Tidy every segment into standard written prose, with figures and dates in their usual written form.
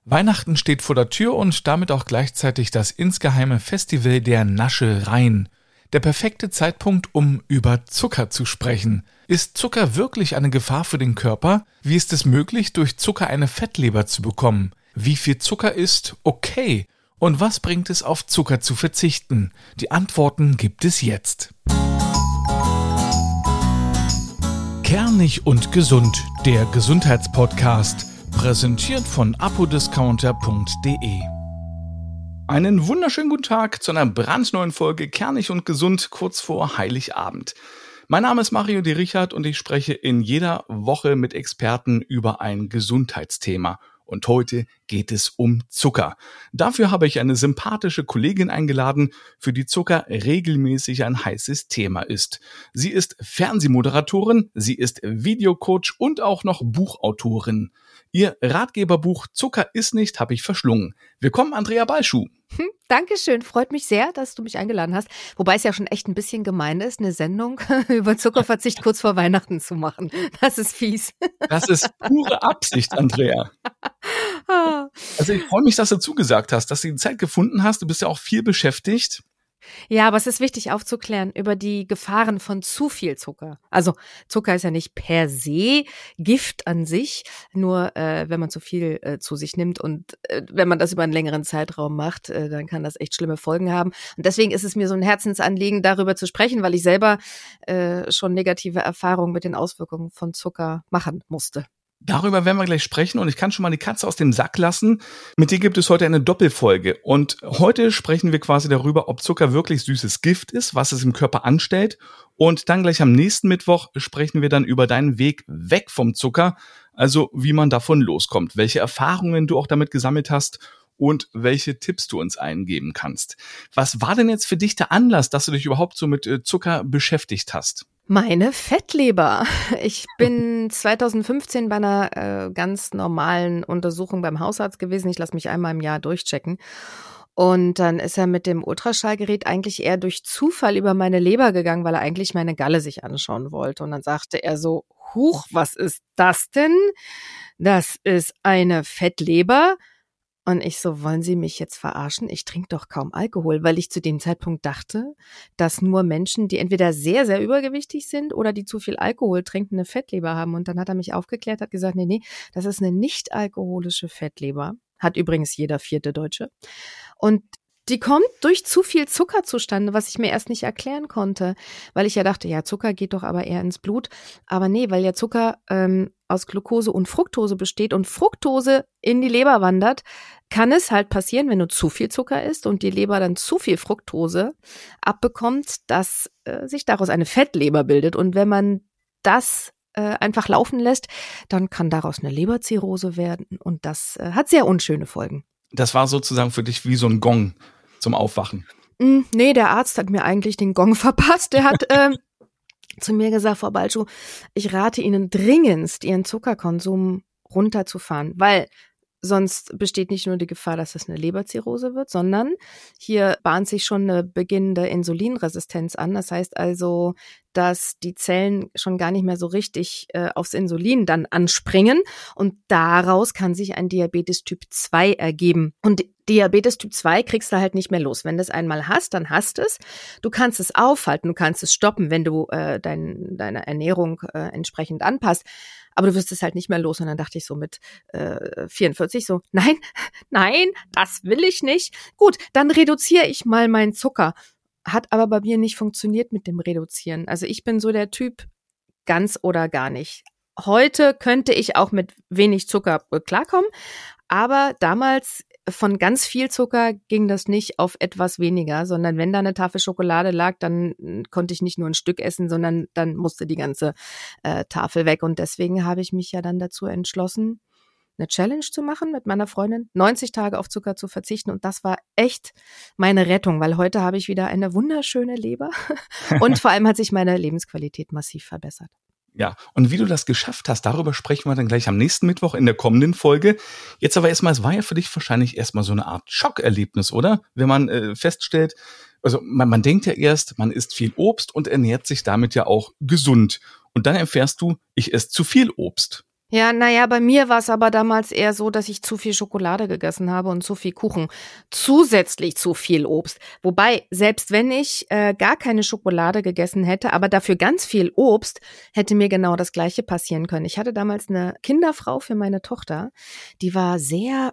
Weihnachten steht vor der Tür und damit auch gleichzeitig das insgeheime Festival der Naschereien. Der perfekte Zeitpunkt, um über Zucker zu sprechen. Ist Zucker wirklich eine Gefahr für den Körper? Wie ist es möglich, durch Zucker eine Fettleber zu bekommen? Wie viel Zucker ist okay? Und was bringt es, auf Zucker zu verzichten? Die Antworten gibt es jetzt. Kernig und gesund, der Gesundheitspodcast. Präsentiert von apodiscounter.de. Einen wunderschönen guten Tag zu einer brandneuen Folge Kernig und gesund kurz vor Heiligabend. Mein Name ist Mario de Richard und ich spreche in jeder Woche mit Experten über ein Gesundheitsthema. Und heute geht es um Zucker. Dafür habe ich eine sympathische Kollegin eingeladen, für die Zucker regelmäßig ein heißes Thema ist. Sie ist Fernsehmoderatorin, sie ist Videocoach und auch noch Buchautorin. Ihr Ratgeberbuch Zucker ist nicht habe ich verschlungen. Willkommen, Andrea Balschuh. Dankeschön, freut mich sehr, dass du mich eingeladen hast. Wobei es ja schon echt ein bisschen gemein ist, eine Sendung über Zuckerverzicht kurz vor Weihnachten zu machen. Das ist fies. Das ist pure Absicht, Andrea. Also ich freue mich, dass du zugesagt hast, dass du die Zeit gefunden hast. Du bist ja auch viel beschäftigt. Ja, aber es ist wichtig aufzuklären über die Gefahren von zu viel Zucker. Also Zucker ist ja nicht per se Gift an sich, nur wenn man zu viel zu sich nimmt und wenn man das über einen längeren Zeitraum macht, dann kann das echt schlimme Folgen haben. Und deswegen ist es mir so ein Herzensanliegen, darüber zu sprechen, weil ich selber schon negative Erfahrungen mit den Auswirkungen von Zucker machen musste. Darüber werden wir gleich sprechen und ich kann schon mal die Katze aus dem Sack lassen. Mit dir gibt es heute eine Doppelfolge und heute sprechen wir quasi darüber, ob Zucker wirklich süßes Gift ist, was es im Körper anstellt, und dann gleich am nächsten Mittwoch sprechen wir dann über deinen Weg weg vom Zucker, also wie man davon loskommt, welche Erfahrungen du auch damit gesammelt hast und welche Tipps du uns eingeben kannst. Was war denn jetzt für dich der Anlass, dass du dich überhaupt so mit Zucker beschäftigt hast? Meine Fettleber. Ich bin 2015 bei einer ganz normalen Untersuchung beim Hausarzt gewesen. Ich lasse mich einmal im Jahr durchchecken. Und dann ist er mit dem Ultraschallgerät eigentlich eher durch Zufall über meine Leber gegangen, weil er eigentlich meine Galle sich anschauen wollte. Und dann sagte er so, huch, was ist das denn? Das ist eine Fettleber. Und ich so, wollen Sie mich jetzt verarschen? Ich trinke doch kaum Alkohol, weil ich zu dem Zeitpunkt dachte, dass nur Menschen, die entweder sehr, sehr übergewichtig sind oder die zu viel Alkohol trinken, eine Fettleber haben. Und dann hat er mich aufgeklärt, hat gesagt, nee, das ist eine nicht alkoholische Fettleber. Hat übrigens jeder 4. Deutsche. Und die kommt durch zu viel Zucker zustande, was ich mir erst nicht erklären konnte, weil ich ja dachte, ja, Zucker geht doch aber eher ins Blut. Aber nee, weil ja Zucker aus Glucose und Fructose besteht und Fructose in die Leber wandert, kann es halt passieren, wenn du zu viel Zucker isst und die Leber dann zu viel Fructose abbekommt, dass sich daraus eine Fettleber bildet. Und wenn man das einfach laufen lässt, dann kann daraus eine Leberzirrhose werden und das hat sehr unschöne Folgen. Das war sozusagen für dich wie so ein Gong zum Aufwachen. Nee, der Arzt hat mir eigentlich den Gong verpasst. Der hat zu mir gesagt, Frau Balschuh, ich rate Ihnen dringendst, Ihren Zuckerkonsum runterzufahren, weil sonst besteht nicht nur die Gefahr, dass es eine Leberzirrhose wird, sondern hier bahnt sich schon eine beginnende Insulinresistenz an. Das heißt also, dass die Zellen schon gar nicht mehr so richtig aufs Insulin dann anspringen und daraus kann sich ein Diabetes Typ 2 ergeben. Und Diabetes Typ 2 kriegst du halt nicht mehr los. Wenn du es einmal hast, dann hast es. Du kannst es aufhalten, du kannst es stoppen, wenn du deine Ernährung entsprechend anpasst. Aber du wirst es halt nicht mehr los. Und dann dachte ich so mit 44 so, nein, das will ich nicht. Gut, dann reduziere ich mal meinen Zucker. Hat aber bei mir nicht funktioniert mit dem Reduzieren. Also ich bin so der Typ ganz oder gar nicht. Heute könnte ich auch mit wenig Zucker klarkommen, aber damals von ganz viel Zucker ging das nicht auf etwas weniger, sondern wenn da eine Tafel Schokolade lag, dann konnte ich nicht nur ein Stück essen, sondern dann musste die ganze Tafel weg. Und deswegen habe ich mich ja dann dazu entschlossen, eine Challenge zu machen mit meiner Freundin, 90 Tage auf Zucker zu verzichten. Und das war echt meine Rettung, weil heute habe ich wieder eine wunderschöne Leber und vor allem hat sich meine Lebensqualität massiv verbessert. Ja, und wie du das geschafft hast, darüber sprechen wir dann gleich am nächsten Mittwoch in der kommenden Folge. Jetzt aber erstmal, es war ja für dich wahrscheinlich erstmal so eine Art Schockerlebnis, oder? Wenn man feststellt, also man denkt ja erst, man isst viel Obst und ernährt sich damit ja auch gesund. Und dann erfährst du, ich esse zu viel Obst. Ja, naja, bei mir war es aber damals eher so, dass ich zu viel Schokolade gegessen habe und zu viel Kuchen. Zusätzlich zu viel Obst. Wobei, selbst wenn ich gar keine Schokolade gegessen hätte, aber dafür ganz viel Obst, hätte mir genau das Gleiche passieren können. Ich hatte damals eine Kinderfrau für meine Tochter, die war sehr,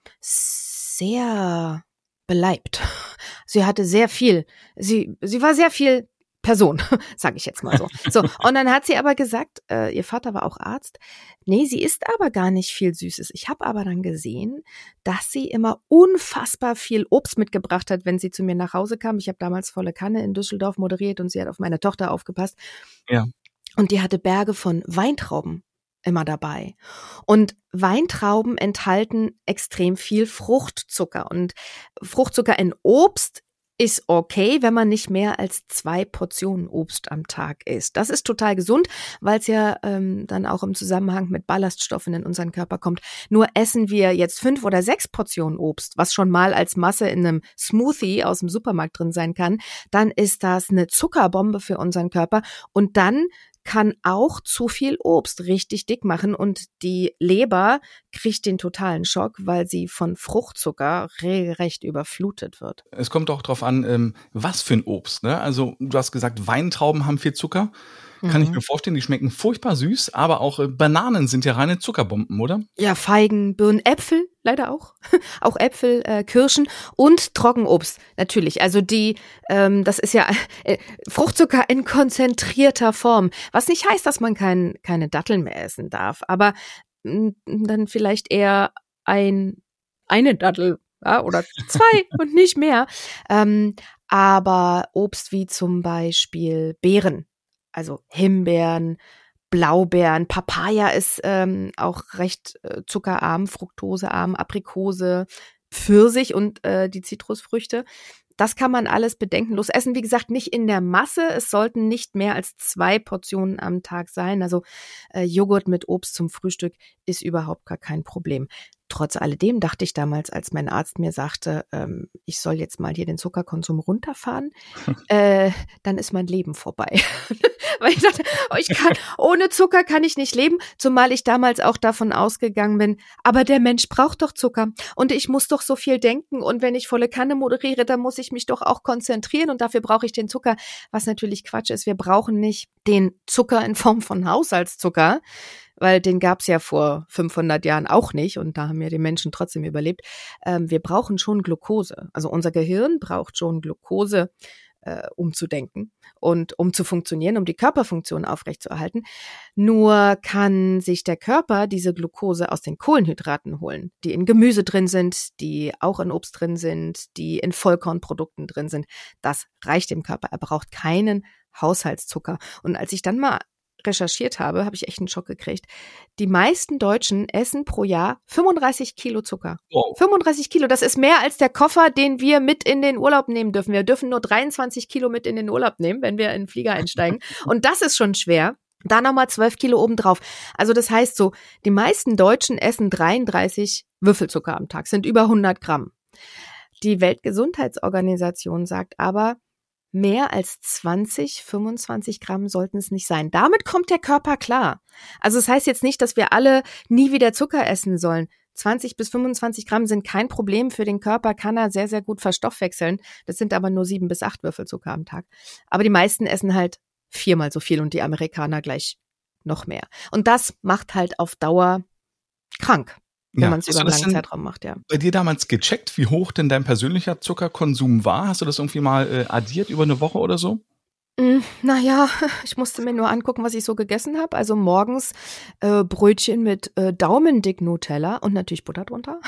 sehr beleibt. Sie hatte sehr viel. Sie war sehr viel Person, sage ich jetzt mal so. So, und dann hat sie aber gesagt, ihr Vater war auch Arzt, nee, sie isst aber gar nicht viel Süßes. Ich habe aber dann gesehen, dass sie immer unfassbar viel Obst mitgebracht hat, wenn sie zu mir nach Hause kam. Ich habe damals Volle Kanne in Düsseldorf moderiert und sie hat auf meine Tochter aufgepasst. Ja. Und die hatte Berge von Weintrauben immer dabei. Und Weintrauben enthalten extrem viel Fruchtzucker. Und Fruchtzucker in Obst ist okay, wenn man nicht mehr als 2 Portionen Obst am Tag isst. Das ist total gesund, weil es ja dann auch im Zusammenhang mit Ballaststoffen in unseren Körper kommt. Nur essen wir jetzt 5 oder 6 Portionen Obst, was schon mal als Masse in einem Smoothie aus dem Supermarkt drin sein kann, dann ist das eine Zuckerbombe für unseren Körper und dann kann auch zu viel Obst richtig dick machen und die Leber kriegt den totalen Schock, weil sie von Fruchtzucker regelrecht überflutet wird. Es kommt auch drauf an, was für ein Obst, ne? Also du hast gesagt, Weintrauben haben viel Zucker. Kann ich mir vorstellen, die schmecken furchtbar süß, aber auch Bananen sind ja reine Zuckerbomben, oder? Ja, Feigen, Birnen, Äpfel, leider auch. Auch Äpfel, Kirschen und Trockenobst, natürlich. Also das ist ja Fruchtzucker in konzentrierter Form. Was nicht heißt, dass man keine Datteln mehr essen darf, aber dann vielleicht eher eine Dattel, ja, oder 2 und nicht mehr. Aber Obst wie zum Beispiel Beeren, also Himbeeren, Blaubeeren, Papaya ist auch recht zuckerarm, fruktosearm, Aprikose, Pfirsich und die Zitrusfrüchte. Das kann man alles bedenkenlos essen. Wie gesagt, nicht in der Masse. Es sollten nicht mehr als 2 Portionen am Tag sein. Also Joghurt mit Obst zum Frühstück ist überhaupt gar kein Problem. Trotz alledem dachte ich damals, als mein Arzt mir sagte, ich soll jetzt mal hier den Zuckerkonsum runterfahren, dann ist mein Leben vorbei. Weil ich dachte, ohne Zucker kann ich nicht leben, zumal ich damals auch davon ausgegangen bin, aber der Mensch braucht doch Zucker und ich muss doch so viel denken und wenn ich Volle Kanne moderiere, dann muss ich mich doch auch konzentrieren und dafür brauche ich den Zucker, was natürlich Quatsch ist. Wir brauchen nicht den Zucker in Form von Haushaltszucker, weil den gab's ja vor 500 Jahren auch nicht und da haben ja die Menschen trotzdem überlebt. Wir brauchen schon Glucose. Also unser Gehirn braucht schon Glucose, um zu denken und um zu funktionieren, um die Körperfunktion aufrechtzuerhalten. Nur kann sich der Körper diese Glucose aus den Kohlenhydraten holen, die in Gemüse drin sind, die auch in Obst drin sind, die in Vollkornprodukten drin sind. Das reicht dem Körper. Er braucht keinen Haushaltszucker. Und als ich dann mal recherchiert habe, habe ich echt einen Schock gekriegt. Die meisten Deutschen essen pro Jahr 35 Kilo Zucker. Wow. 35 Kilo, das ist mehr als der Koffer, den wir mit in den Urlaub nehmen dürfen. Wir dürfen nur 23 Kilo mit in den Urlaub nehmen, wenn wir in den Flieger einsteigen. Und das ist schon schwer. Da nochmal 12 Kilo obendrauf. Also das heißt so, die meisten Deutschen essen 33 Würfelzucker am Tag, sind über 100 Gramm. Die Weltgesundheitsorganisation sagt aber, mehr als 20, 25 Gramm sollten es nicht sein. Damit kommt der Körper klar. Also es heißt jetzt nicht, dass wir alle nie wieder Zucker essen sollen. 20 bis 25 Gramm sind kein Problem für den Körper, kann er sehr, sehr gut verstoffwechseln. Das sind aber nur 7 bis 8 Würfelzucker am Tag. Aber die meisten essen halt 4-mal so viel und die Amerikaner gleich noch mehr. Und das macht halt auf Dauer krank. Wenn man es über einen langen Zeitraum macht, ja. Bei dir damals gecheckt, wie hoch denn dein persönlicher Zuckerkonsum war? Hast du das irgendwie mal addiert über eine Woche oder so? Naja, ich musste mir nur angucken, was ich so gegessen habe. Also morgens Brötchen mit daumendick Nutella und natürlich Butter drunter.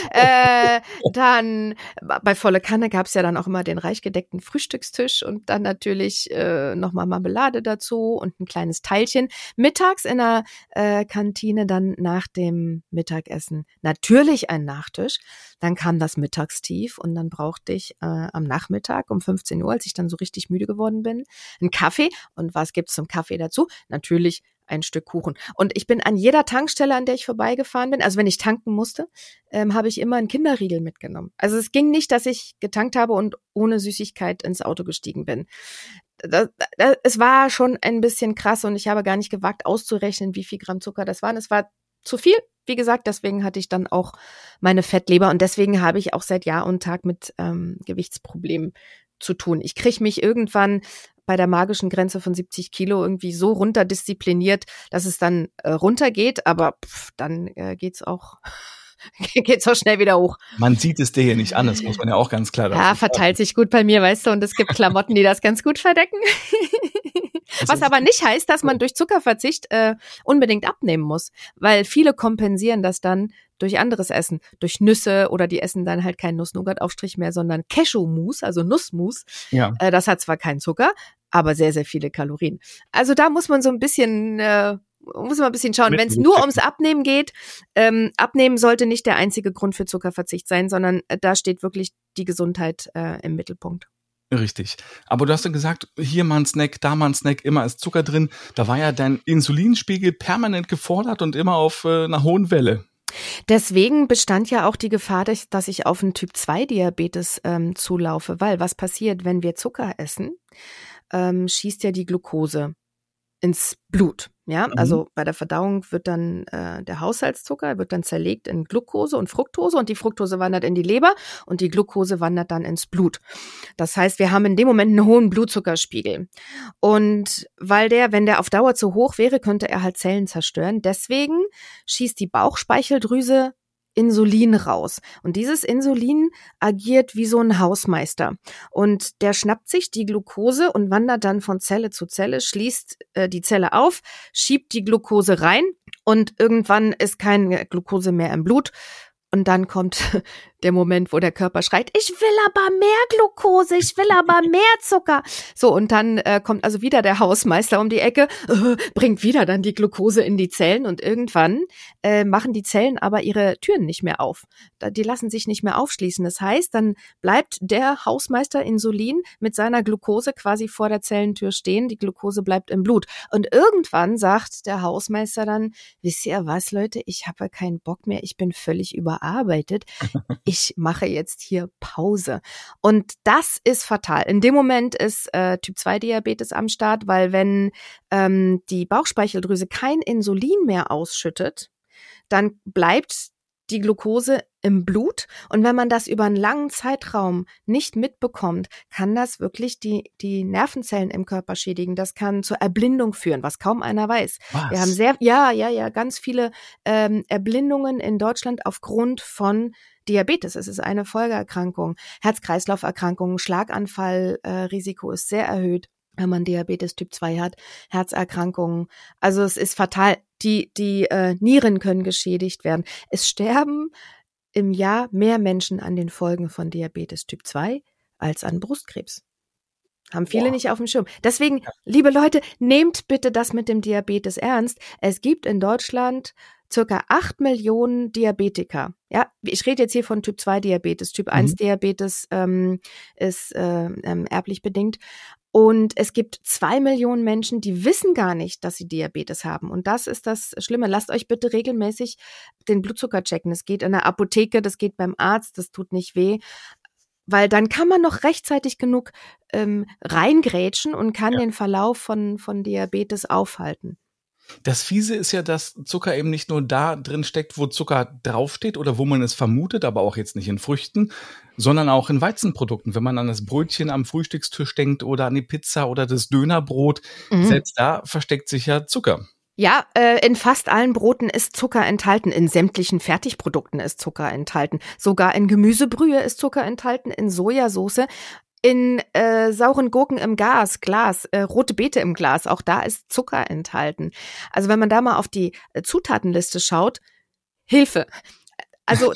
Dann bei Volle Kanne gab's ja dann auch immer den reich gedeckten Frühstückstisch und dann natürlich nochmal Marmelade dazu und ein kleines Teilchen. Mittags in der Kantine dann nach dem Mittagessen natürlich ein Nachtisch. Dann kam das Mittagstief und dann brauchte ich am Nachmittag um 15 Uhr, als ich dann so richtig müde geworden bin, einen Kaffee. Und was gibt's zum Kaffee dazu? Natürlich ein Stück Kuchen. Und ich bin an jeder Tankstelle, an der ich vorbeigefahren bin, also wenn ich tanken musste, habe ich immer einen Kinderriegel mitgenommen. Also es ging nicht, dass ich getankt habe und ohne Süßigkeit ins Auto gestiegen bin. es war schon ein bisschen krass und ich habe gar nicht gewagt auszurechnen, wie viel Gramm Zucker das waren. Es war zu viel, wie gesagt, deswegen hatte ich dann auch meine Fettleber und deswegen habe ich auch seit Jahr und Tag mit Gewichtsproblemen zu tun. Ich kriege mich irgendwann bei der magischen Grenze von 70 Kilo irgendwie so runterdiszipliniert, dass es dann runtergeht, aber dann geht's auch schnell wieder hoch. Man sieht es dir hier nicht an, das muss man ja auch ganz klar dazu sagen. Ja, verteilt sich gut bei mir, weißt du, und es gibt Klamotten, die das ganz gut verdecken. Was aber nicht heißt, dass man durch Zuckerverzicht unbedingt abnehmen muss, weil viele kompensieren das dann durch anderes Essen, durch Nüsse oder die essen dann halt keinen Nuss-Nougat-Aufstrich mehr, sondern Cashew-Mousse, also Nussmus. Ja. Das hat zwar keinen Zucker, aber sehr, sehr viele Kalorien. Also da muss man so ein bisschen schauen. Wenn es nur ums Abnehmen geht, Abnehmen sollte nicht der einzige Grund für Zuckerverzicht sein, sondern da steht wirklich die Gesundheit im Mittelpunkt. Richtig. Aber du hast ja gesagt, hier mal ein Snack, da mal ein Snack, immer ist Zucker drin. Da war ja dein Insulinspiegel permanent gefordert und immer auf einer hohen Welle. Deswegen bestand ja auch die Gefahr, dass ich auf einen Typ-2-Diabetes zulaufe, weil was passiert, wenn wir Zucker essen, schießt ja die Glucose ins Blut. Ja, also bei der Verdauung wird dann der Haushaltszucker wird dann zerlegt in Glucose und Fructose und die Fructose wandert in die Leber und die Glucose wandert dann ins Blut. Das heißt, wir haben in dem Moment einen hohen Blutzuckerspiegel. Und weil wenn der auf Dauer zu hoch wäre, könnte er halt Zellen zerstören. Deswegen schießt die Bauchspeicheldrüse Insulin raus. Und dieses Insulin agiert wie so ein Hausmeister. Und der schnappt sich die Glucose und wandert dann von Zelle zu Zelle, schließt die Zelle auf, schiebt die Glucose rein und irgendwann ist keine Glucose mehr im Blut. Und dann kommt der Moment, wo der Körper schreit, ich will aber mehr Glucose, ich will aber mehr Zucker. So, und dann kommt also wieder der Hausmeister um die Ecke, bringt wieder dann die Glucose in die Zellen und irgendwann machen die Zellen aber ihre Türen nicht mehr auf. Die lassen sich nicht mehr aufschließen. Das heißt, dann bleibt der Hausmeister Insulin mit seiner Glucose quasi vor der Zellentür stehen. Die Glucose bleibt im Blut. Und irgendwann sagt der Hausmeister dann, wisst ihr was, Leute, ich habe keinen Bock mehr, ich bin völlig überarbeitet. Ich mache jetzt hier Pause. Und das ist fatal. In dem Moment ist Typ-2-Diabetes am Start, weil wenn die Bauchspeicheldrüse kein Insulin mehr ausschüttet, dann bleibt die Glucose im Blut. Und wenn man das über einen langen Zeitraum nicht mitbekommt, kann das wirklich die Nervenzellen im Körper schädigen. Das kann zur Erblindung führen, was kaum einer weiß. Was? Wir haben ganz viele Erblindungen in Deutschland aufgrund von Diabetes. Es ist eine Folgeerkrankung. Herz-Kreislauf-Erkrankungen, Schlaganfallrisiko ist sehr erhöht, wenn man Diabetes Typ 2 hat, Herzerkrankungen. Also es ist fatal. Die Nieren können geschädigt werden. Es sterben im Jahr mehr Menschen an den Folgen von Diabetes Typ 2 als an Brustkrebs. Haben viele nicht auf dem Schirm. Deswegen, liebe Leute, nehmt bitte das mit dem Diabetes ernst. Es gibt in Deutschland circa 8 Millionen Diabetiker. Ja, ich rede jetzt hier von Typ 2 Diabetes. Typ 1 Diabetes ist erblich bedingt. Und es gibt 2 Millionen Menschen, die wissen gar nicht, dass sie Diabetes haben. Und das ist das Schlimme. Lasst euch bitte regelmäßig den Blutzucker checken. Das geht in der Apotheke, das geht beim Arzt, das tut nicht weh. Weil dann kann man noch rechtzeitig genug reingrätschen und kann den Verlauf von Diabetes aufhalten. Das Fiese ist ja, dass Zucker eben nicht nur da drin steckt, wo Zucker draufsteht oder wo man es vermutet, aber auch jetzt nicht in Früchten, sondern auch in Weizenprodukten. Wenn man an das Brötchen am Frühstückstisch denkt oder an die Pizza oder das Dönerbrot, selbst da versteckt sich ja Zucker. Ja, in fast allen Broten ist Zucker enthalten, in sämtlichen Fertigprodukten ist Zucker enthalten, sogar in Gemüsebrühe ist Zucker enthalten, in Sojasauce, in sauren Gurken im Glas, rote Beete im Glas, auch da ist Zucker enthalten. Also wenn man da mal auf die Zutatenliste schaut, Hilfe. Also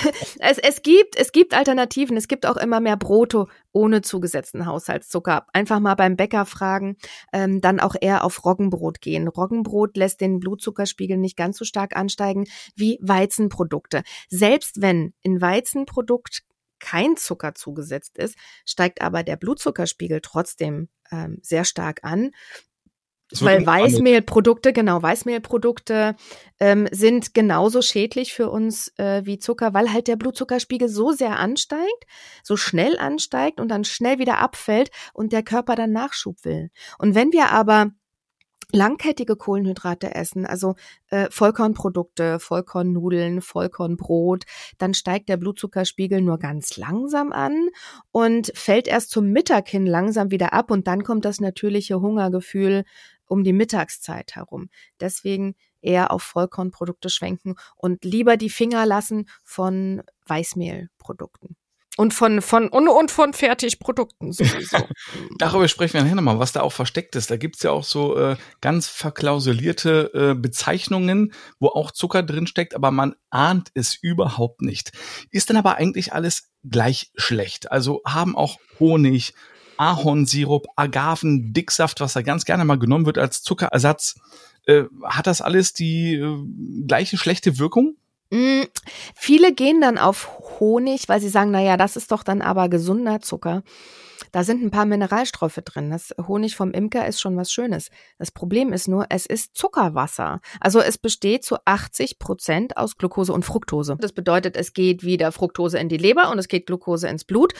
es gibt Alternativen, es gibt auch immer mehr Brote ohne zugesetzten Haushaltszucker. Einfach mal beim Bäcker fragen, dann auch eher auf Roggenbrot gehen. Roggenbrot lässt den Blutzuckerspiegel nicht ganz so stark ansteigen wie Weizenprodukte. Selbst wenn in Weizenprodukt kein Zucker zugesetzt ist, steigt aber der Blutzuckerspiegel trotzdem sehr stark an. Weil Weißmehlprodukte sind genauso schädlich für uns wie Zucker, weil halt der Blutzuckerspiegel so sehr ansteigt, so schnell ansteigt und dann schnell wieder abfällt und der Körper dann Nachschub will. Und wenn wir aber langkettige Kohlenhydrate essen, also Vollkornprodukte, Vollkornnudeln, Vollkornbrot, dann steigt der Blutzuckerspiegel nur ganz langsam an und fällt erst zum Mittag hin langsam wieder ab und dann kommt das natürliche Hungergefühl um die Mittagszeit herum. Deswegen eher auf Vollkornprodukte schwenken und lieber die Finger lassen von Weißmehlprodukten. Und von Fertigprodukten sowieso. Darüber sprechen wir nachher nochmal, was da auch versteckt ist. Da gibt's ja auch so ganz verklausulierte Bezeichnungen, wo auch Zucker drin steckt, aber man ahnt es überhaupt nicht. Ist denn aber eigentlich alles gleich schlecht? Also haben auch Honig, Ahornsirup, Agaven, Dicksaft, was da ganz gerne mal genommen wird als Zuckerersatz, hat das alles die gleiche schlechte Wirkung? Viele gehen dann auf Honig, weil sie sagen, naja, das ist doch dann aber gesunder Zucker. Da sind ein paar Mineralstoffe drin. Das Honig vom Imker ist schon was Schönes. Das Problem ist nur, es ist Zuckerwasser. Also es besteht zu 80% aus Glucose und Fructose. Das bedeutet, es geht wieder Fructose in die Leber und es geht Glucose ins Blut.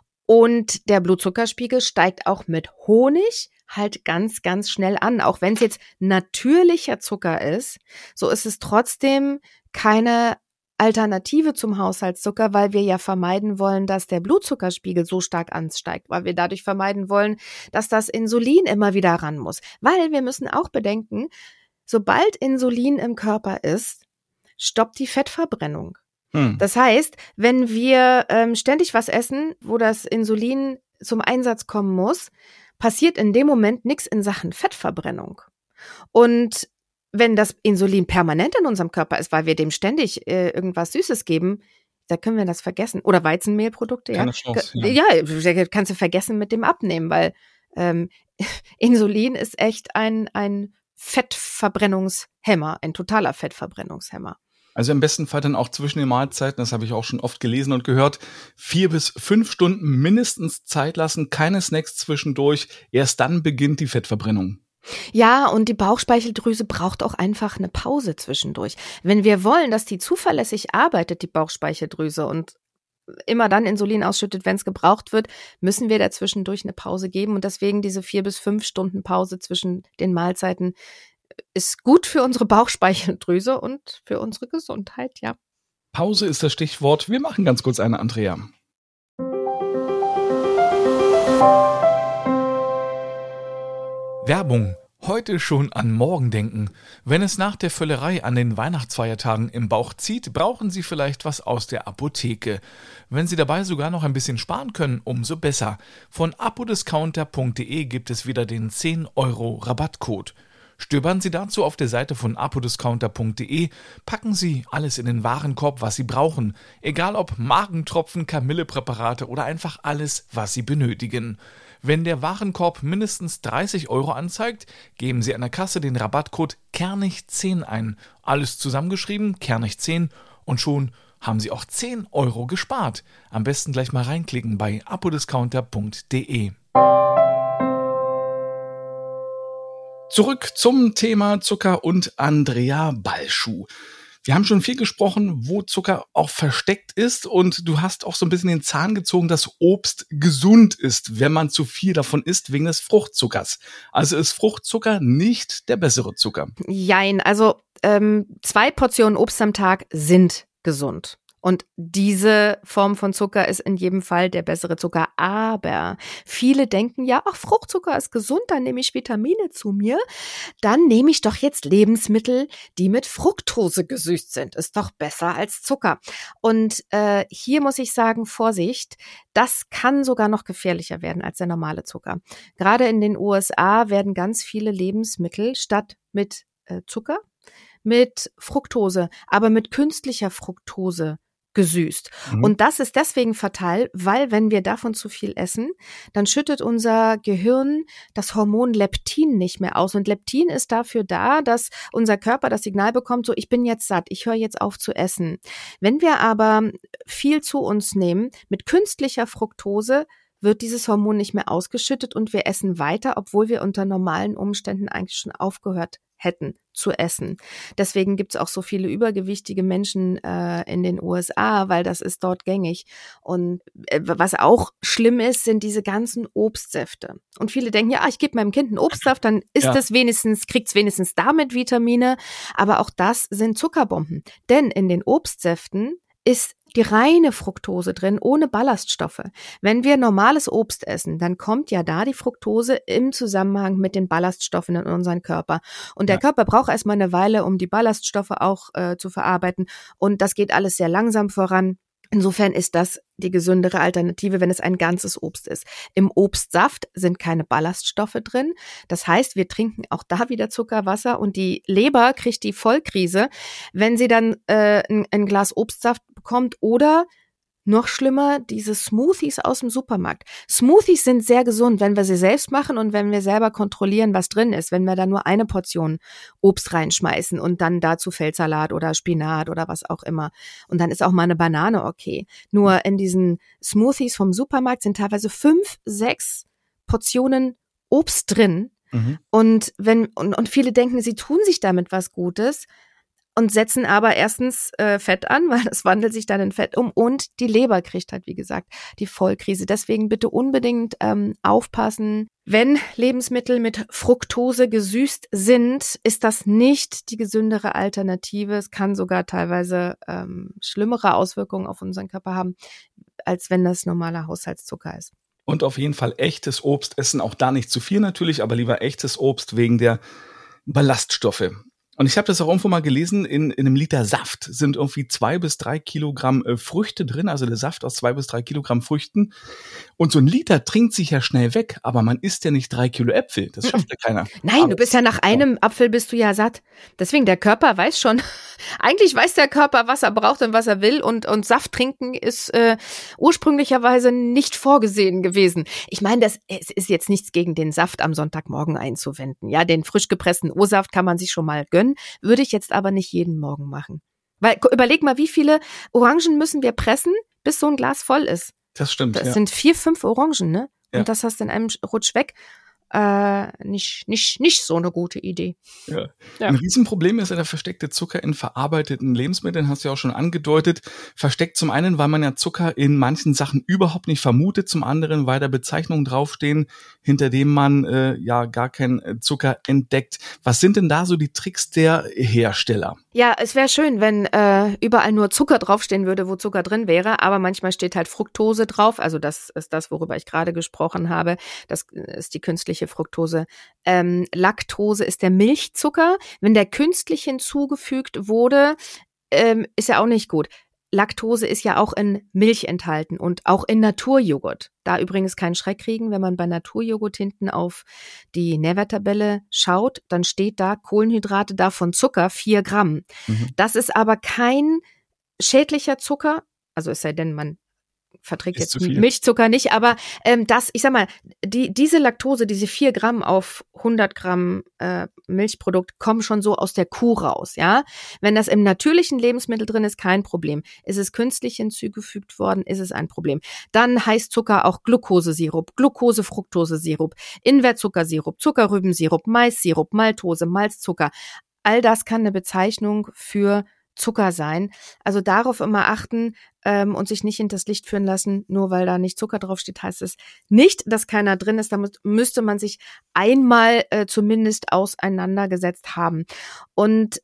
Und der Blutzuckerspiegel steigt auch mit Honig halt ganz, ganz schnell an. Auch wenn es jetzt natürlicher Zucker ist, so ist es trotzdem keine Alternative zum Haushaltszucker, weil wir ja vermeiden wollen, dass der Blutzuckerspiegel so stark ansteigt, weil wir dadurch vermeiden wollen, dass das Insulin immer wieder ran muss. Weil wir müssen auch bedenken, sobald Insulin im Körper ist, stoppt die Fettverbrennung. Das heißt, wenn wir ständig was essen, wo das Insulin zum Einsatz kommen muss, passiert in dem Moment nichts in Sachen Fettverbrennung. Und wenn das Insulin permanent in unserem Körper ist, weil wir dem ständig irgendwas Süßes geben, da können wir das vergessen. Oder Weizenmehlprodukte, ja. Keine Chance, ja, kannst du vergessen mit dem Abnehmen, weil Insulin ist echt ein Fettverbrennungshemmer, ein totaler Fettverbrennungshemmer. Also im besten Fall dann auch zwischen den Mahlzeiten, das habe ich auch schon oft gelesen und gehört, 4 bis 5 Stunden mindestens Zeit lassen, keine Snacks zwischendurch, erst dann beginnt die Fettverbrennung. Ja, und die Bauchspeicheldrüse braucht auch einfach eine Pause zwischendurch. Wenn wir wollen, dass die zuverlässig arbeitet, die Bauchspeicheldrüse, und immer dann Insulin ausschüttet, wenn es gebraucht wird, müssen wir dazwischendurch eine Pause geben. Und deswegen diese 4 bis 5 Stunden Pause zwischen den Mahlzeiten ist gut für unsere Bauchspeicheldrüse und für unsere Gesundheit, ja. Pause ist das Stichwort. Wir machen ganz kurz eine, Andrea. Werbung. Heute schon an morgen denken. Wenn es nach der Völlerei an den Weihnachtsfeiertagen im Bauch zieht, brauchen Sie vielleicht was aus der Apotheke. Wenn Sie dabei sogar noch ein bisschen sparen können, umso besser. Von apodiscounter.de gibt es wieder den 10€ Rabattcode. Stöbern Sie dazu auf der Seite von apodiscounter.de, packen Sie alles in den Warenkorb, was Sie brauchen, egal ob Magentropfen, Kamillepräparate oder einfach alles, was Sie benötigen. Wenn der Warenkorb mindestens 30€ anzeigt, geben Sie an der Kasse den Rabattcode Kernig10 ein. Alles zusammengeschrieben, Kernig10, und schon haben Sie auch 10€ gespart. Am besten gleich mal reinklicken bei apodiscounter.de. Zurück zum Thema Zucker und Andrea Balschuh. Wir haben schon viel gesprochen, wo Zucker auch versteckt ist, und du hast auch so ein bisschen den Zahn gezogen, dass Obst gesund ist, wenn man zu viel davon isst, wegen des Fruchtzuckers. Also ist Fruchtzucker nicht der bessere Zucker? Jein, also 2 Portionen Obst am Tag sind gesund. Und diese Form von Zucker ist in jedem Fall der bessere Zucker. Aber viele denken ja, ach, Fruchtzucker ist gesund, dann nehme ich Vitamine zu mir. Dann nehme ich doch jetzt Lebensmittel, die mit Fructose gesüßt sind. Ist doch besser als Zucker. Und hier muss ich sagen, Vorsicht, das kann sogar noch gefährlicher werden als der normale Zucker. Gerade in den USA werden ganz viele Lebensmittel statt mit Zucker, mit Fructose, aber mit künstlicher Fructose gesüßt. Und das ist deswegen fatal, weil wenn wir davon zu viel essen, dann schüttet unser Gehirn das Hormon Leptin nicht mehr aus. Und Leptin ist dafür da, dass unser Körper das Signal bekommt, so, ich bin jetzt satt, ich höre jetzt auf zu essen. Wenn wir aber viel zu uns nehmen mit künstlicher Fructose, wird dieses Hormon nicht mehr ausgeschüttet und wir essen weiter, obwohl wir unter normalen Umständen eigentlich schon aufgehört hätten zu essen. Deswegen gibt es auch so viele übergewichtige Menschen in den USA, weil das ist dort gängig. Und was auch schlimm ist, sind diese ganzen Obstsäfte. Und viele denken, ja, ich gebe meinem Kind einen Obstsaft, dann kriegt es wenigstens damit Vitamine. Aber auch das sind Zuckerbomben. Denn in den Obstsäften ist die reine Fructose drin, ohne Ballaststoffe. Wenn wir normales Obst essen, dann kommt ja da die Fructose im Zusammenhang mit den Ballaststoffen in unseren Körper. Und der Körper braucht erstmal eine Weile, um die Ballaststoffe auch zu verarbeiten. Und das geht alles sehr langsam voran. Insofern ist das die gesündere Alternative, wenn es ein ganzes Obst ist. Im Obstsaft sind keine Ballaststoffe drin. Das heißt, wir trinken auch da wieder Zuckerwasser und die Leber kriegt die Vollkrise, wenn sie dann ein Glas Obstsaft bekommt oder noch schlimmer, diese Smoothies aus dem Supermarkt. Smoothies sind sehr gesund, wenn wir sie selbst machen und wenn wir selber kontrollieren, was drin ist. Wenn wir da nur eine Portion Obst reinschmeißen und dann dazu Feldsalat oder Spinat oder was auch immer. Und dann ist auch mal eine Banane okay. Nur in diesen Smoothies vom Supermarkt sind teilweise 5, 6 Portionen Obst drin. Und viele denken, sie tun sich damit was Gutes. Und setzen aber erstens Fett an, weil das wandelt sich dann in Fett um und die Leber kriegt halt, wie gesagt, die Vollkrise. Deswegen bitte unbedingt aufpassen. Wenn Lebensmittel mit Fructose gesüßt sind, ist das nicht die gesündere Alternative. Es kann sogar teilweise schlimmere Auswirkungen auf unseren Körper haben, als wenn das normaler Haushaltszucker ist. Und auf jeden Fall echtes Obst essen, auch da nicht zu viel natürlich, aber lieber echtes Obst wegen der Ballaststoffe. Und ich habe das auch irgendwo mal gelesen, in einem Liter Saft sind irgendwie 2 bis 3 Kilogramm Früchte drin, also der Saft aus 2 bis 3 Kilogramm Früchten. Und so ein Liter trinkt sich ja schnell weg, aber man isst ja nicht 3 Kilo Äpfel, das schafft ja keiner. Nein, aber du bist ja nach einem Apfel bist du ja satt. Deswegen, der Körper weiß schon, eigentlich weiß der Körper, was er braucht und was er will und Saft trinken ist ursprünglicherweise nicht vorgesehen gewesen. Ich meine, es ist jetzt nichts gegen den Saft am Sonntagmorgen einzuwenden. Ja, den frisch gepressten O-Saft kann man sich schon mal gönnen. Würde ich jetzt aber nicht jeden Morgen machen. Weil, überleg mal, wie viele Orangen müssen wir pressen, bis so ein Glas voll ist. Das stimmt, Das sind 4, 5 Orangen, ne? Ja. Und das hast du in einem Rutsch weg. Nicht so eine gute Idee. Ja. Ein Riesenproblem ist ja der versteckte Zucker in verarbeiteten Lebensmitteln, hast du ja auch schon angedeutet. Versteckt zum einen, weil man ja Zucker in manchen Sachen überhaupt nicht vermutet, zum anderen, weil da Bezeichnungen draufstehen, hinter denen man gar keinen Zucker entdeckt. Was sind denn da so die Tricks der Hersteller? Ja, es wäre schön, wenn überall nur Zucker draufstehen würde, wo Zucker drin wäre, aber manchmal steht halt Fructose drauf, also das ist das, worüber ich gerade gesprochen habe, das ist die künstliche Fructose. Laktose ist der Milchzucker, wenn der künstlich hinzugefügt wurde, ist ja auch nicht gut. Laktose ist ja auch in Milch enthalten und auch in Naturjoghurt. Da übrigens keinen Schreck kriegen, wenn man bei Naturjoghurt hinten auf die Nährwerttabelle schaut, dann steht da Kohlenhydrate davon Zucker 4 Gramm. Das ist aber kein schädlicher Zucker, also es sei denn, man verträgt jetzt Milchzucker nicht, aber ich sag mal, diese Laktose, diese 4 Gramm auf 100 Gramm Milchprodukt kommen schon so aus der Kuh raus, ja. Wenn das im natürlichen Lebensmittel drin ist, kein Problem. Ist es künstlich hinzugefügt worden, ist es ein Problem. Dann heißt Zucker auch Glukosesirup, Glucose-Fructose-Sirup, Invertzuckersirup, Zuckerrübensirup, Maissirup, Maltose, Malzzucker. All das kann eine Bezeichnung für Zucker sein. Also darauf immer achten und sich nicht hinters Licht führen lassen, nur weil da nicht Zucker draufsteht, heißt es nicht, dass keiner drin ist. Damit müsste man sich einmal zumindest auseinandergesetzt haben. Und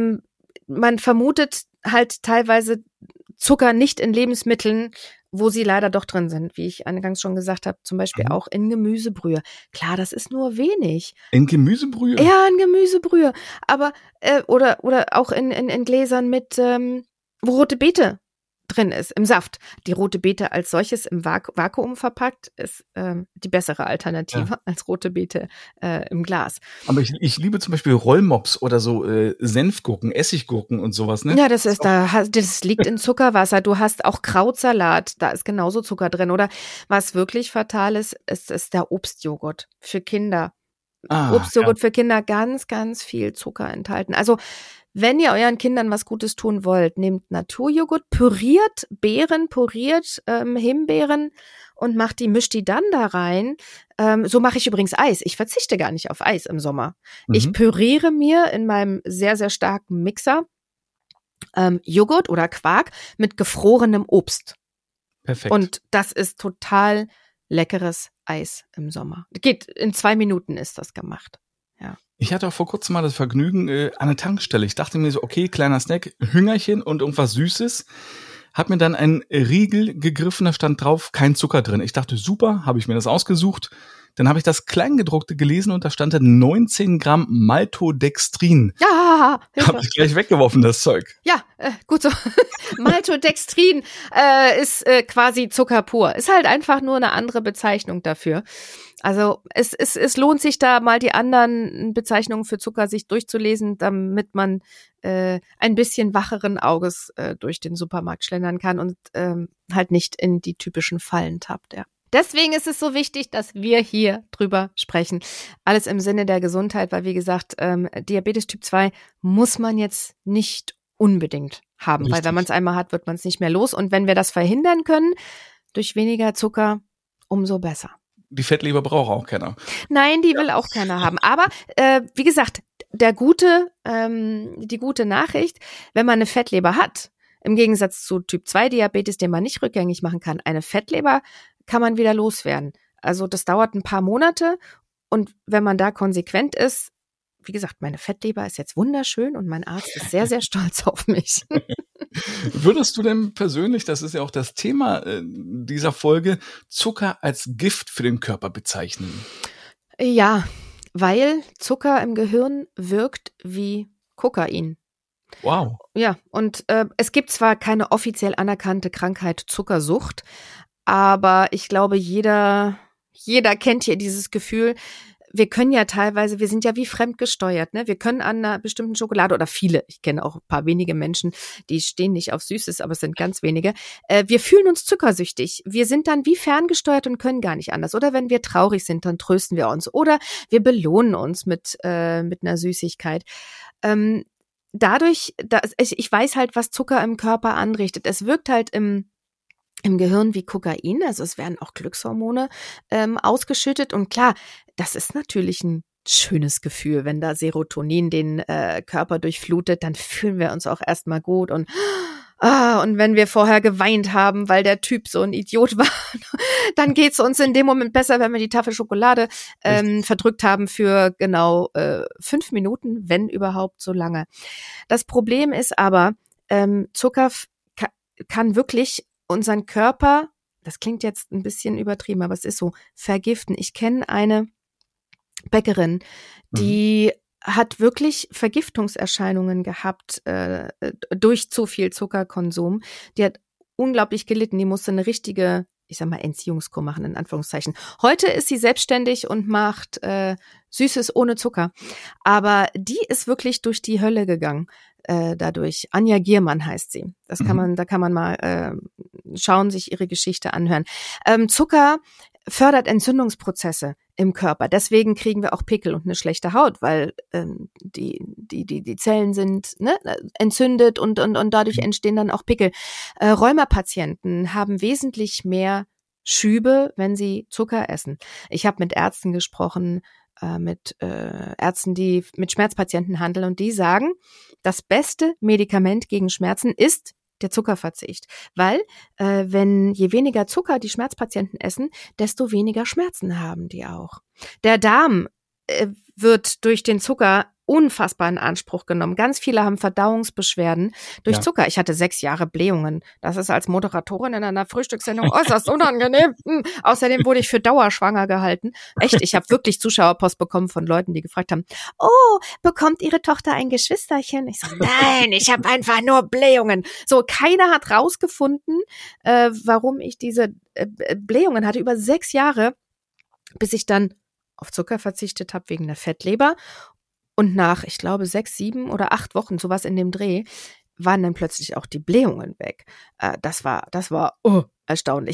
man vermutet halt teilweise Zucker nicht in Lebensmitteln, wo sie leider doch drin sind, wie ich eingangs schon gesagt habe, zum Beispiel auch in Gemüsebrühe. Klar, das ist nur wenig. In Gemüsebrühe? Ja, in Gemüsebrühe. Aber, oder auch in Gläsern mit, wo rote Beete drin ist, im Saft. Die rote Beete als solches im Vakuum verpackt ist die bessere Alternative als rote Beete im Glas. Aber ich liebe zum Beispiel Rollmops oder so Senfgurken, Essiggurken und sowas, ne? Ja, das liegt in Zuckerwasser. Du hast auch Krautsalat, da ist genauso Zucker drin. Oder was wirklich fatal ist der Obstjoghurt für Kinder. Obstjoghurt für Kinder ganz, ganz viel Zucker enthalten. Also wenn ihr euren Kindern was Gutes tun wollt, nehmt Naturjoghurt, püriert Beeren, Himbeeren und mischt die dann da rein. So mache ich übrigens Eis. Ich verzichte gar nicht auf Eis im Sommer. Ich püriere mir in meinem sehr, sehr starken Mixer Joghurt oder Quark mit gefrorenem Obst. Perfekt. Und das ist total leckeres Eis im Sommer. Geht in 2 Minuten ist das gemacht. Ja. Ich hatte auch vor kurzem mal das Vergnügen an einer Tankstelle. Ich dachte mir so, okay, kleiner Snack, Hüngerchen und irgendwas Süßes. Hab mir dann einen Riegel gegriffen, da stand drauf, kein Zucker drin. Ich dachte, super, habe ich mir das ausgesucht. Dann habe ich das Kleingedruckte gelesen und da stand dann 19 Gramm Maltodextrin. Ja, habe ich gleich weggeworfen, das Zeug. Ja, gut so. Maltodextrin ist quasi Zucker pur. Ist halt einfach nur eine andere Bezeichnung dafür. Also es lohnt sich da mal die anderen Bezeichnungen für Zucker sich durchzulesen, damit man ein bisschen wacheren Auges durch den Supermarkt schlendern kann und halt nicht in die typischen Fallen tappt, ja. Deswegen ist es so wichtig, dass wir hier drüber sprechen. Alles im Sinne der Gesundheit, weil wie gesagt, Diabetes Typ 2 muss man jetzt nicht unbedingt haben, Richtig. Weil wenn man es einmal hat, wird man es nicht mehr los. Und wenn wir das verhindern können, durch weniger Zucker, umso besser. Die Fettleber braucht auch keiner. Nein, die will auch keiner haben. Aber wie gesagt, die gute Nachricht, wenn man eine Fettleber hat, im Gegensatz zu Typ 2 Diabetes, den man nicht rückgängig machen kann, eine Fettleber kann man wieder loswerden. Also das dauert ein paar Monate und wenn man da konsequent ist, wie gesagt, meine Fettleber ist jetzt wunderschön und mein Arzt ist sehr, sehr stolz auf mich. Würdest du denn persönlich, das ist ja auch das Thema dieser Folge, Zucker als Gift für den Körper bezeichnen? Ja, weil Zucker im Gehirn wirkt wie Kokain. Wow. Ja, und es gibt zwar keine offiziell anerkannte Krankheit Zuckersucht, aber ich glaube, jeder kennt hier dieses Gefühl. Wir können ja teilweise, wir sind ja wie fremdgesteuert, ne? Wir können an einer bestimmten Schokolade oder viele, ich kenne auch ein paar wenige Menschen, die stehen nicht auf Süßes, aber es sind ganz wenige. Wir fühlen uns zuckersüchtig. Wir sind dann wie ferngesteuert und können gar nicht anders. Oder wenn wir traurig sind, dann trösten wir uns. Oder wir belohnen uns mit einer Süßigkeit. Dadurch, ich weiß halt, was Zucker im Körper anrichtet. Es wirkt halt im Gehirn wie Kokain, also es werden auch Glückshormone ausgeschüttet und klar, das ist natürlich ein schönes Gefühl, wenn da Serotonin den Körper durchflutet, dann fühlen wir uns auch erstmal gut und wenn wir vorher geweint haben, weil der Typ so ein Idiot war, dann geht's uns in dem Moment besser, wenn wir die Tafel Schokolade verdrückt haben für genau 5 Minuten, wenn überhaupt so lange. Das Problem ist aber, Zucker kann wirklich unseren Körper, das klingt jetzt ein bisschen übertrieben, aber es ist so, vergiften. Ich kenne eine Bäckerin, die hat wirklich Vergiftungserscheinungen gehabt durch zu viel Zuckerkonsum. Die hat unglaublich gelitten. Die musste eine richtige, ich sag mal, Entziehungskur machen, in Anführungszeichen. Heute ist sie selbstständig und macht Süßes ohne Zucker. Aber die ist wirklich durch die Hölle gegangen. Dadurch. Anja Giermann heißt sie. Da kann man mal schauen, sich ihre Geschichte anhören. Zucker fördert Entzündungsprozesse im Körper. Deswegen kriegen wir auch Pickel und eine schlechte Haut, weil die Zellen sind entzündet und dadurch entstehen dann auch Pickel. Rheumapatienten haben wesentlich mehr Schübe, wenn sie Zucker essen. Ich habe mit Ärzten gesprochen, mit Ärzten, die mit Schmerzpatienten handeln und die sagen, das beste Medikament gegen Schmerzen ist der Zuckerverzicht, weil je weniger Zucker die Schmerzpatienten essen, desto weniger Schmerzen haben die auch. Der Darm wird durch den Zucker unfassbar in Anspruch genommen. Ganz viele haben Verdauungsbeschwerden durch Zucker. Ich hatte 6 Jahre Blähungen. Das ist als Moderatorin in einer Frühstückssendung äußerst unangenehm. Außerdem wurde ich für dauerschwanger gehalten. Echt, ich habe wirklich Zuschauerpost bekommen von Leuten, die gefragt haben, oh, bekommt Ihre Tochter ein Geschwisterchen? Ich so, nein, ich habe einfach nur Blähungen. So, keiner hat rausgefunden, warum ich diese Blähungen hatte. Über 6 Jahre, bis ich dann auf Zucker verzichtet habe wegen der Fettleber. Und nach, ich glaube, 6, 7 oder 8 Wochen, sowas in dem Dreh, waren dann plötzlich auch die Blähungen weg. Das war erstaunlich.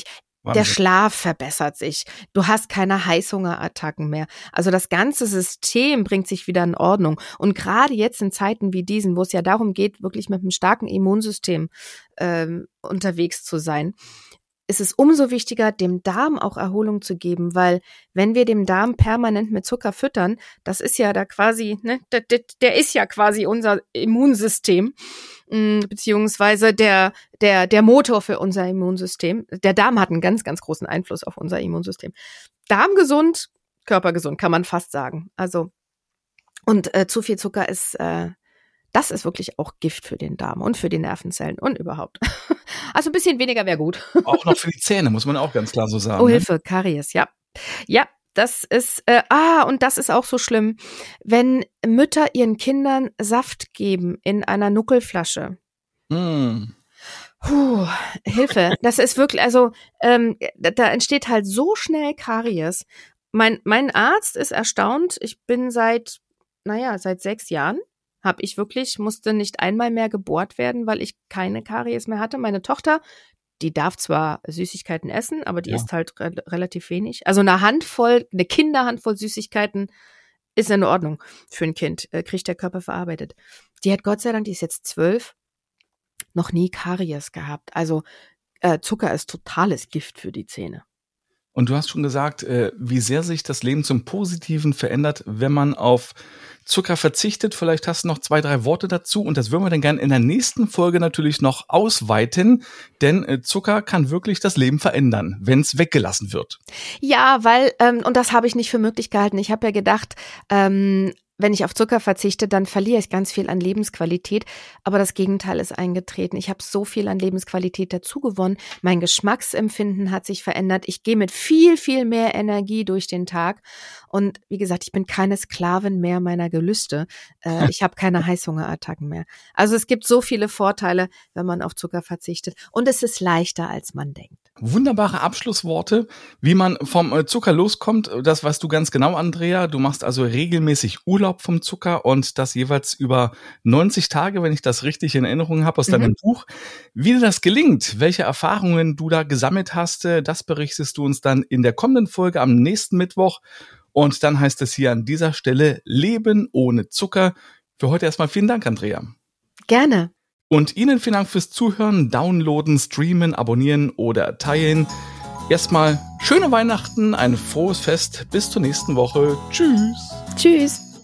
Wahnsinn. Der Schlaf verbessert sich. Du hast keine Heißhungerattacken mehr. Also das ganze System bringt sich wieder in Ordnung. Und gerade jetzt in Zeiten wie diesen, wo es ja darum geht, wirklich mit einem starken Immunsystem unterwegs zu sein, ist es umso wichtiger, dem Darm auch Erholung zu geben, weil wenn wir dem Darm permanent mit Zucker füttern, das ist ja da quasi, ne, der ist ja quasi unser Immunsystem, beziehungsweise der Motor für unser Immunsystem. Der Darm hat einen ganz, ganz großen Einfluss auf unser Immunsystem. Darm gesund, Körper gesund, kann man fast sagen. Also, und zu viel Zucker ist das ist wirklich auch Gift für den Darm und für die Nervenzellen und überhaupt. Also ein bisschen weniger wäre gut. Auch noch für die Zähne, muss man auch ganz klar so sagen. Oh, Hilfe, Karies, ja. Ja, das ist, und das ist auch so schlimm, wenn Mütter ihren Kindern Saft geben in einer Nuckelflasche. Hilfe, das ist wirklich, also da entsteht halt so schnell Karies. Mein Arzt ist erstaunt, ich bin seit 6 Jahren, musste nicht einmal mehr gebohrt werden, weil ich keine Karies mehr hatte. Meine Tochter, die darf zwar Süßigkeiten essen, aber die isst halt relativ wenig. Also eine Kinderhandvoll Süßigkeiten ist in Ordnung für ein Kind, kriegt der Körper verarbeitet. Die hat Gott sei Dank, die ist jetzt 12, noch nie Karies gehabt. Also Zucker ist totales Gift für die Zähne. Und du hast schon gesagt, wie sehr sich das Leben zum Positiven verändert, wenn man auf Zucker verzichtet. Vielleicht hast du noch 2, 3 Worte dazu und das würden wir dann gerne in der nächsten Folge natürlich noch ausweiten, denn Zucker kann wirklich das Leben verändern, wenn es weggelassen wird. Ja, weil, und das habe ich nicht für möglich gehalten. Ich habe ja gedacht, wenn ich auf Zucker verzichte, dann verliere ich ganz viel an Lebensqualität. Aber das Gegenteil ist eingetreten. Ich habe so viel an Lebensqualität dazu gewonnen. Mein Geschmacksempfinden hat sich verändert. Ich gehe mit viel, viel mehr Energie durch den Tag. Und wie gesagt, ich bin keine Sklavin mehr meiner Gelüste. Ich habe keine Heißhungerattacken mehr. Also es gibt so viele Vorteile, wenn man auf Zucker verzichtet. Und es ist leichter, als man denkt. Wunderbare Abschlussworte, wie man vom Zucker loskommt. Das weißt du ganz genau, Andrea. Du machst also regelmäßig Urlaub vom Zucker und das jeweils über 90 Tage, wenn ich das richtig in Erinnerung habe aus deinem Buch. Wie dir das gelingt, welche Erfahrungen du da gesammelt hast, das berichtest du uns dann in der kommenden Folge am nächsten Mittwoch. Und dann heißt es hier an dieser Stelle Leben ohne Zucker. Für heute erstmal vielen Dank, Andrea. Gerne. Und Ihnen vielen Dank fürs Zuhören, Downloaden, Streamen, Abonnieren oder Teilen. Erstmal schöne Weihnachten, ein frohes Fest. Bis zur nächsten Woche. Tschüss. Tschüss.